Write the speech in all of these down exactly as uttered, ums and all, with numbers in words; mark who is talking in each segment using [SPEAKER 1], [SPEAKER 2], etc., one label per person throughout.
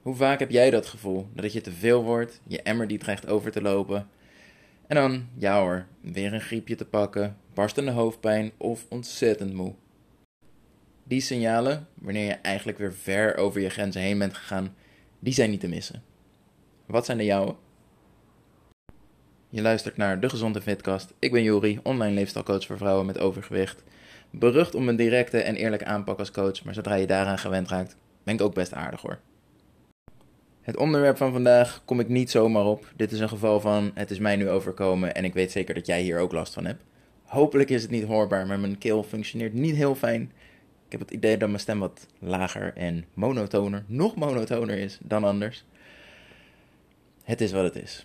[SPEAKER 1] Hoe vaak heb jij dat gevoel dat het je te veel wordt, je emmer die dreigt over te lopen en dan, ja hoor, weer een griepje te pakken, barstende hoofdpijn of ontzettend moe? Die signalen, wanneer je eigenlijk weer ver over je grenzen heen bent gegaan, die zijn niet te missen. Wat zijn de jouwe? Je luistert naar De Gezonde Fitcast. Ik ben Jori, online leefstijlcoach voor vrouwen met overgewicht. Berucht om een directe en eerlijke aanpak als coach, maar zodra je daaraan gewend raakt, ben ik ook best aardig hoor. Het onderwerp van vandaag kom ik niet zomaar op. Dit is een geval van, het is mij nu overkomen en ik weet zeker dat jij hier ook last van hebt. Hopelijk is het niet hoorbaar, maar mijn keel functioneert niet heel fijn. Ik heb het idee dat mijn stem wat lager en monotoner, nog monotoner is dan anders. Het is wat het is.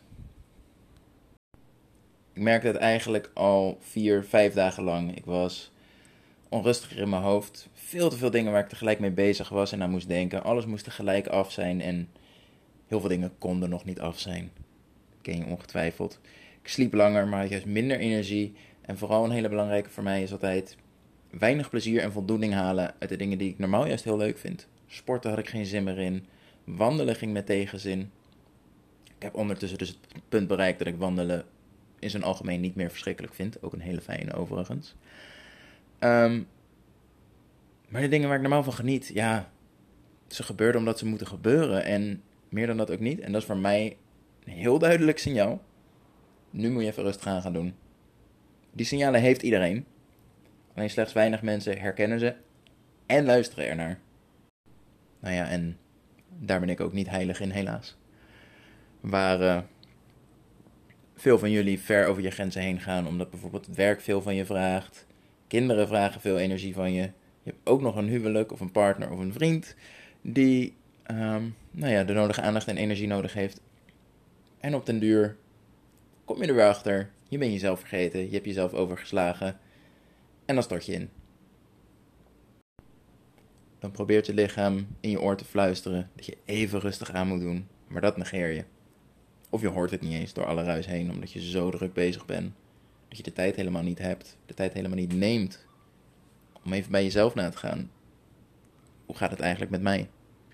[SPEAKER 1] Ik merkte het eigenlijk al vier, vijf dagen lang. Ik was onrustiger in mijn hoofd. Veel te veel dingen waar ik tegelijk mee bezig was en aan moest denken. Alles moest tegelijk af zijn en heel veel dingen konden nog niet af zijn. Ken je ongetwijfeld. Ik sliep langer, maar had juist minder energie. En vooral een hele belangrijke voor mij is altijd weinig plezier en voldoening halen uit de dingen die ik normaal juist heel leuk vind. Sporten had ik geen zin meer in. Wandelen ging met tegenzin. Ik heb ondertussen dus het punt bereikt dat ik wandelen in zijn algemeen niet meer verschrikkelijk vind. Ook een hele fijne overigens. Um, maar de dingen waar ik normaal van geniet, ja, ze gebeurden omdat ze moeten gebeuren. En meer dan dat ook niet. En dat is voor mij een heel duidelijk signaal. Nu moet je even rustig aan gaan doen. Die signalen heeft iedereen. Alleen slechts weinig mensen herkennen ze en luisteren ernaar. Nou ja, en daar ben ik ook niet heilig in, helaas. Waar uh, veel van jullie ver over je grenzen heen gaan, omdat bijvoorbeeld het werk veel van je vraagt. Kinderen vragen veel energie van je. Je hebt ook nog een huwelijk of een partner of een vriend die um, nou ja, de nodige aandacht en energie nodig heeft. En op den duur kom je er weer achter. Je bent jezelf vergeten, je hebt jezelf overgeslagen. En dan stort je in. Dan probeert je lichaam in je oor te fluisteren dat je even rustig aan moet doen. Maar dat negeer je. Of je hoort het niet eens door alle ruis heen, omdat je zo druk bezig bent. Dat je de tijd helemaal niet hebt, de tijd helemaal niet neemt. Om even bij jezelf na te gaan. Hoe gaat het eigenlijk met mij?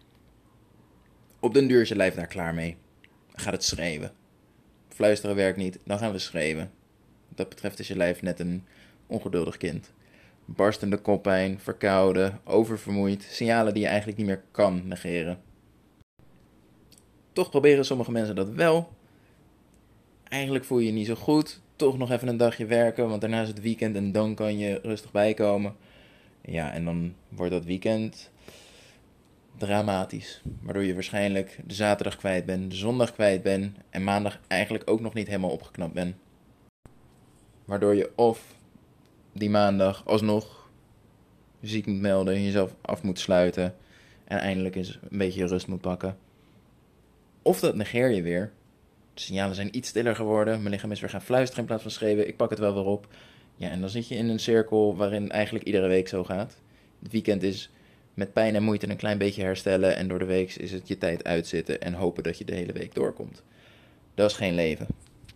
[SPEAKER 1] Op den duur is je lijf daar klaar mee. Dan gaat het schreeuwen. Fluisteren werkt niet, dan gaan we schreeuwen. Wat dat betreft is je lijf net een ongeduldig kind. Barstende koppijn, verkouden, oververmoeid. Signalen die je eigenlijk niet meer kan negeren. Toch proberen sommige mensen dat wel. Eigenlijk voel je je niet zo goed. Toch nog even een dagje werken, want daarna is het weekend en dan kan je rustig bijkomen. Ja, en dan wordt dat weekend dramatisch. Waardoor je waarschijnlijk de zaterdag kwijt bent, de zondag kwijt bent en maandag eigenlijk ook nog niet helemaal opgeknapt bent. Waardoor je of die maandag alsnog ziek moet melden, jezelf af moet sluiten en eindelijk eens een beetje rust moet pakken. Of dat negeer je weer. De signalen zijn iets stiller geworden, mijn lichaam is weer gaan fluisteren in plaats van schreeuwen, ik pak het wel weer op. Ja, en dan zit je in een cirkel waarin eigenlijk iedere week zo gaat. Het weekend is met pijn en moeite een klein beetje herstellen en door de week is het je tijd uitzitten en hopen dat je de hele week doorkomt. Dat is geen leven.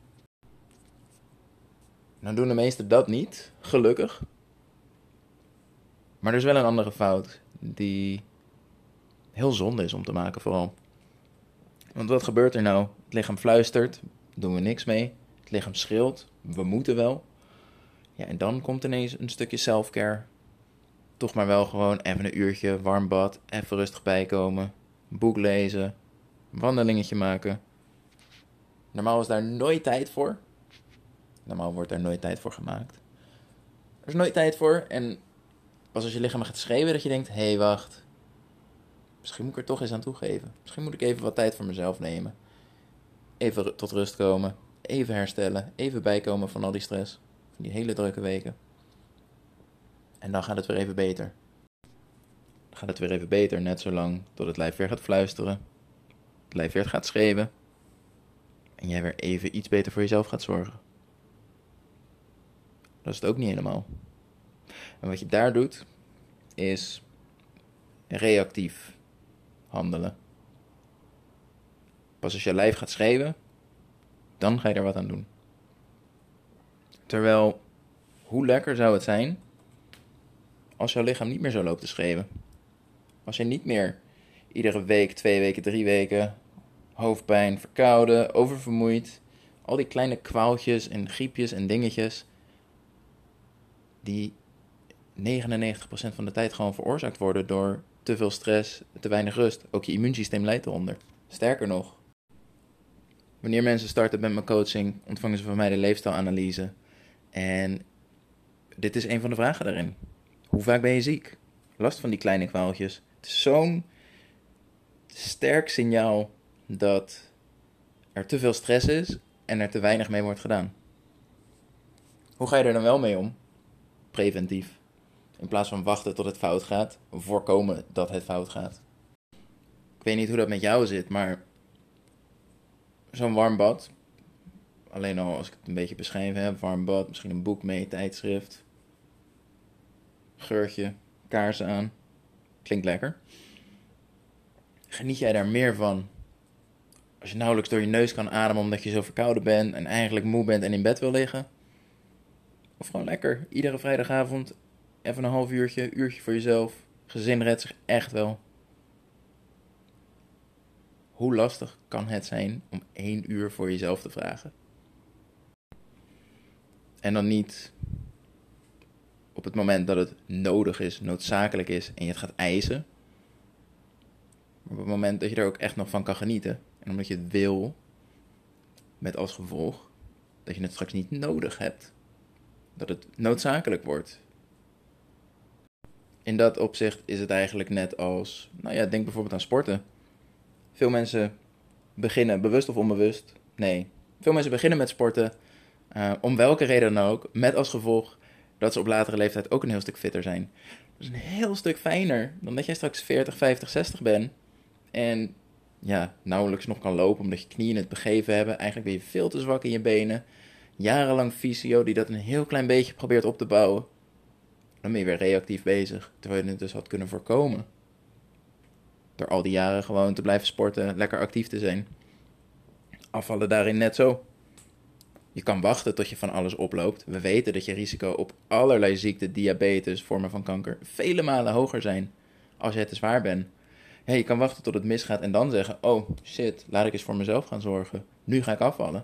[SPEAKER 1] Nou doen de meesten dat niet, gelukkig. Maar er is wel een andere fout die heel zonde is om te maken vooral. Want wat gebeurt er nou? Het lichaam fluistert, doen we niks mee. Het lichaam schreeuwt, we moeten wel. Ja, en dan komt ineens een stukje selfcare. Toch maar wel gewoon even een uurtje, warm bad, even rustig bijkomen. Boek lezen, wandelingetje maken. Normaal is daar nooit tijd voor. Normaal wordt daar nooit tijd voor gemaakt. Er is nooit tijd voor en pas als je lichaam gaat schreeuwen dat je denkt, hé hey, wacht. Misschien moet ik er toch eens aan toegeven. Misschien moet ik even wat tijd voor mezelf nemen. Even tot rust komen. Even herstellen. Even bijkomen van al die stress. Van die hele drukke weken. En dan gaat het weer even beter. Dan gaat het weer even beter. Net zolang tot het lijf weer gaat fluisteren. Het lijf weer gaat schreeuwen. En jij weer even iets beter voor jezelf gaat zorgen. Dat is het ook niet helemaal. En wat je daar doet, is reactief handelen. Pas als je lijf gaat schreeuwen, dan ga je er wat aan doen. Terwijl, hoe lekker zou het zijn als jouw lichaam niet meer zo loopt te schreeuwen? Als je niet meer Iedere week, twee weken, drie weken. Hoofdpijn, verkouden, oververmoeid. Al die kleine kwaaltjes en griepjes en dingetjes. Die negenennegentig procent van de tijd gewoon veroorzaakt worden door te veel stress, te weinig rust. Ook je immuunsysteem leidt eronder. Sterker nog, wanneer mensen starten met mijn coaching, ontvangen ze van mij de leefstijlanalyse. En dit is een van de vragen daarin. Hoe vaak ben je ziek? Last van die kleine kwaaltjes. Het is zo'n sterk signaal dat er te veel stress is en er te weinig mee wordt gedaan. Hoe ga je er dan wel mee om? Preventief. In plaats van wachten tot het fout gaat, voorkomen dat het fout gaat. Ik weet niet hoe dat met jou zit, maar zo'n warm bad, alleen al als ik het een beetje beschreven heb, warm bad, misschien een boek mee, tijdschrift, geurtje, kaarsen aan, klinkt lekker. Geniet jij daar meer van als je nauwelijks door je neus kan ademen omdat je zo verkouden bent en eigenlijk moe bent en in bed wil liggen? Of gewoon lekker, iedere vrijdagavond even een half uurtje, uurtje voor jezelf. Gezin redt zich echt wel. Hoe lastig kan het zijn om één uur voor jezelf te vragen? En dan niet op het moment dat het nodig is, noodzakelijk is en je het gaat eisen. Maar op het moment dat je er ook echt nog van kan genieten. En omdat je het wil, met als gevolg dat je het straks niet nodig hebt. Dat het noodzakelijk wordt. In dat opzicht is het eigenlijk net als, nou ja, denk bijvoorbeeld aan sporten. Veel mensen beginnen, bewust of onbewust, nee. Veel mensen beginnen met sporten, uh, om welke reden dan ook, met als gevolg dat ze op latere leeftijd ook een heel stuk fitter zijn. Dat is een heel stuk fijner dan dat jij straks veertig, vijftig, zestig bent en ja, nauwelijks nog kan lopen omdat je knieën het begeven hebben. Eigenlijk ben je veel te zwak in je benen. Jarenlang fysio die dat een heel klein beetje probeert op te bouwen. Dan ben je weer reactief bezig, terwijl je het dus had kunnen voorkomen. Door al die jaren gewoon te blijven sporten, lekker actief te zijn. Afvallen daarin net zo. Je kan wachten tot je van alles oploopt. We weten dat je risico op allerlei ziekten, diabetes, vormen van kanker, vele malen hoger zijn als je te zwaar bent. Ja, je kan wachten tot het misgaat en dan zeggen, oh shit, laat ik eens voor mezelf gaan zorgen. Nu ga ik afvallen.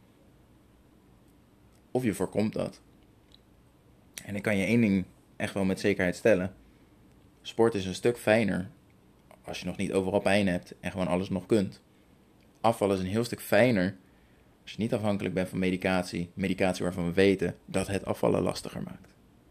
[SPEAKER 1] Of je voorkomt dat. En ik kan je één ding echt wel met zekerheid stellen. Sport is een stuk fijner als je nog niet overal pijn hebt en gewoon alles nog kunt. Afvallen is een heel stuk fijner als je niet afhankelijk bent van medicatie. Medicatie waarvan we weten dat het afvallen lastiger maakt.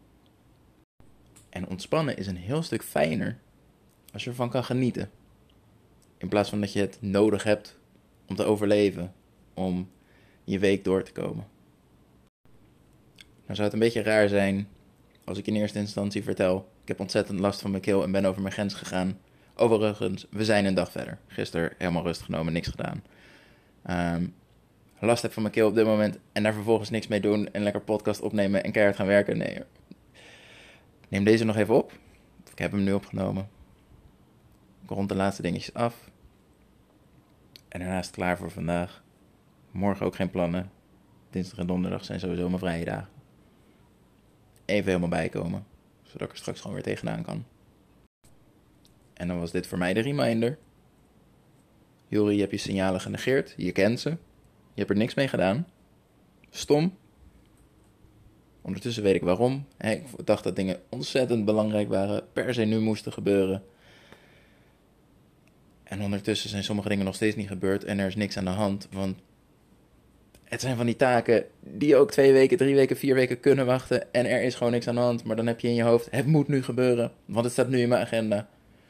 [SPEAKER 1] En ontspannen is een heel stuk fijner als je ervan kan genieten. In plaats van dat je het nodig hebt om te overleven, om je week door te komen. Nou zou het een beetje raar zijn als ik in eerste instantie vertel, ik heb ontzettend last van mijn keel en ben over mijn grens gegaan. Overigens, we zijn een dag verder. Gisteren helemaal rustig genomen, niks gedaan. Um, last heb van mijn keel op dit moment en daar vervolgens niks mee doen en lekker podcast opnemen en keihard gaan werken. Nee, ik neem deze nog even op. Ik heb hem nu opgenomen. Ik rond de laatste dingetjes af. En daarna is het klaar voor vandaag. Morgen ook geen plannen. Dinsdag en donderdag zijn sowieso mijn vrije dagen. Even helemaal bijkomen, zodat ik er straks gewoon weer tegenaan kan. En dan was dit voor mij de reminder. Jori, je hebt je signalen genegeerd. Je kent ze. Je hebt er niks mee gedaan. Stom. Ondertussen weet ik waarom. Ik dacht dat dingen ontzettend belangrijk waren. Per se nu moesten gebeuren. En ondertussen zijn sommige dingen nog steeds niet gebeurd. En er is niks aan de hand. Want het zijn van die taken die ook twee weken, drie weken, vier weken kunnen wachten. En er is gewoon niks aan de hand. Maar dan heb je in je hoofd, het moet nu gebeuren. Want het staat nu in mijn agenda.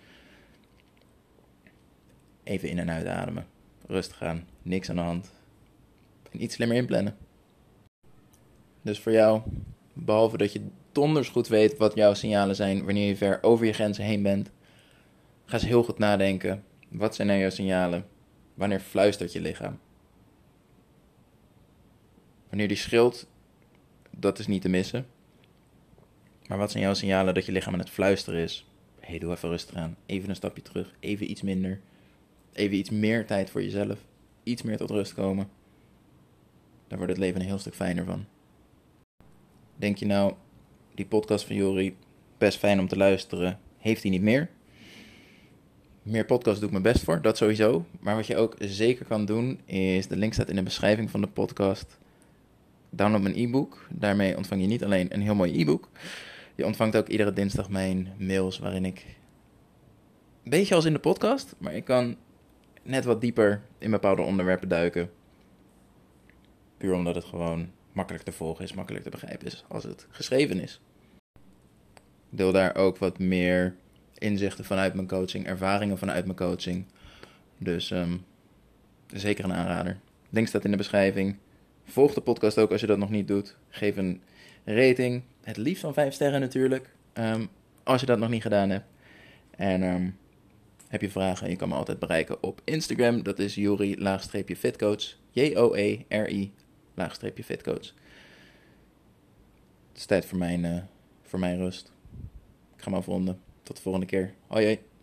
[SPEAKER 1] Even in- en uitademen. Rustig aan. Niks aan de hand. En iets slimmer inplannen. Dus voor jou, behalve dat je donders goed weet wat jouw signalen zijn wanneer je ver over je grenzen heen bent, ga eens heel goed nadenken. Wat zijn nou jouw signalen? Wanneer fluistert je lichaam? Wanneer die schreeuwt, dat is niet te missen. Maar wat zijn jouw signalen dat je lichaam aan het fluisteren is? Hé, hey, doe even rustig aan. Even een stapje terug. Even iets minder. Even iets meer tijd voor jezelf. Iets meer tot rust komen. Daar wordt het leven een heel stuk fijner van. Denk je nou, die podcast van Jori, best fijn om te luisteren, heeft hij niet meer? meer podcasts doe ik mijn best voor, dat sowieso. Maar wat je ook zeker kan doen, is, de link staat in de beschrijving van de podcast. Download mijn e-book. Daarmee ontvang je niet alleen een heel mooi e-book. Je ontvangt ook iedere dinsdag mijn mails waarin ik, een beetje als in de podcast, maar ik kan net wat dieper in bepaalde onderwerpen duiken. Puur omdat het gewoon makkelijk te volgen is, makkelijk te begrijpen is als het geschreven is. Ik deel daar ook wat meer inzichten vanuit mijn coaching, ervaringen vanuit mijn coaching. Dus um, zeker een aanrader. Link staat in de beschrijving. Volg de podcast ook als je dat nog niet doet. Geef een rating. Het liefst van vijf sterren natuurlijk. Um, als je dat nog niet gedaan hebt. En um, heb je vragen, je kan me altijd bereiken op Instagram. Dat is Jori-fitcoach. J O E R I-fitcoach. Het is tijd voor mijn, uh, voor mijn rust. Ik ga me afronden. Tot de volgende keer. Hoi hoi.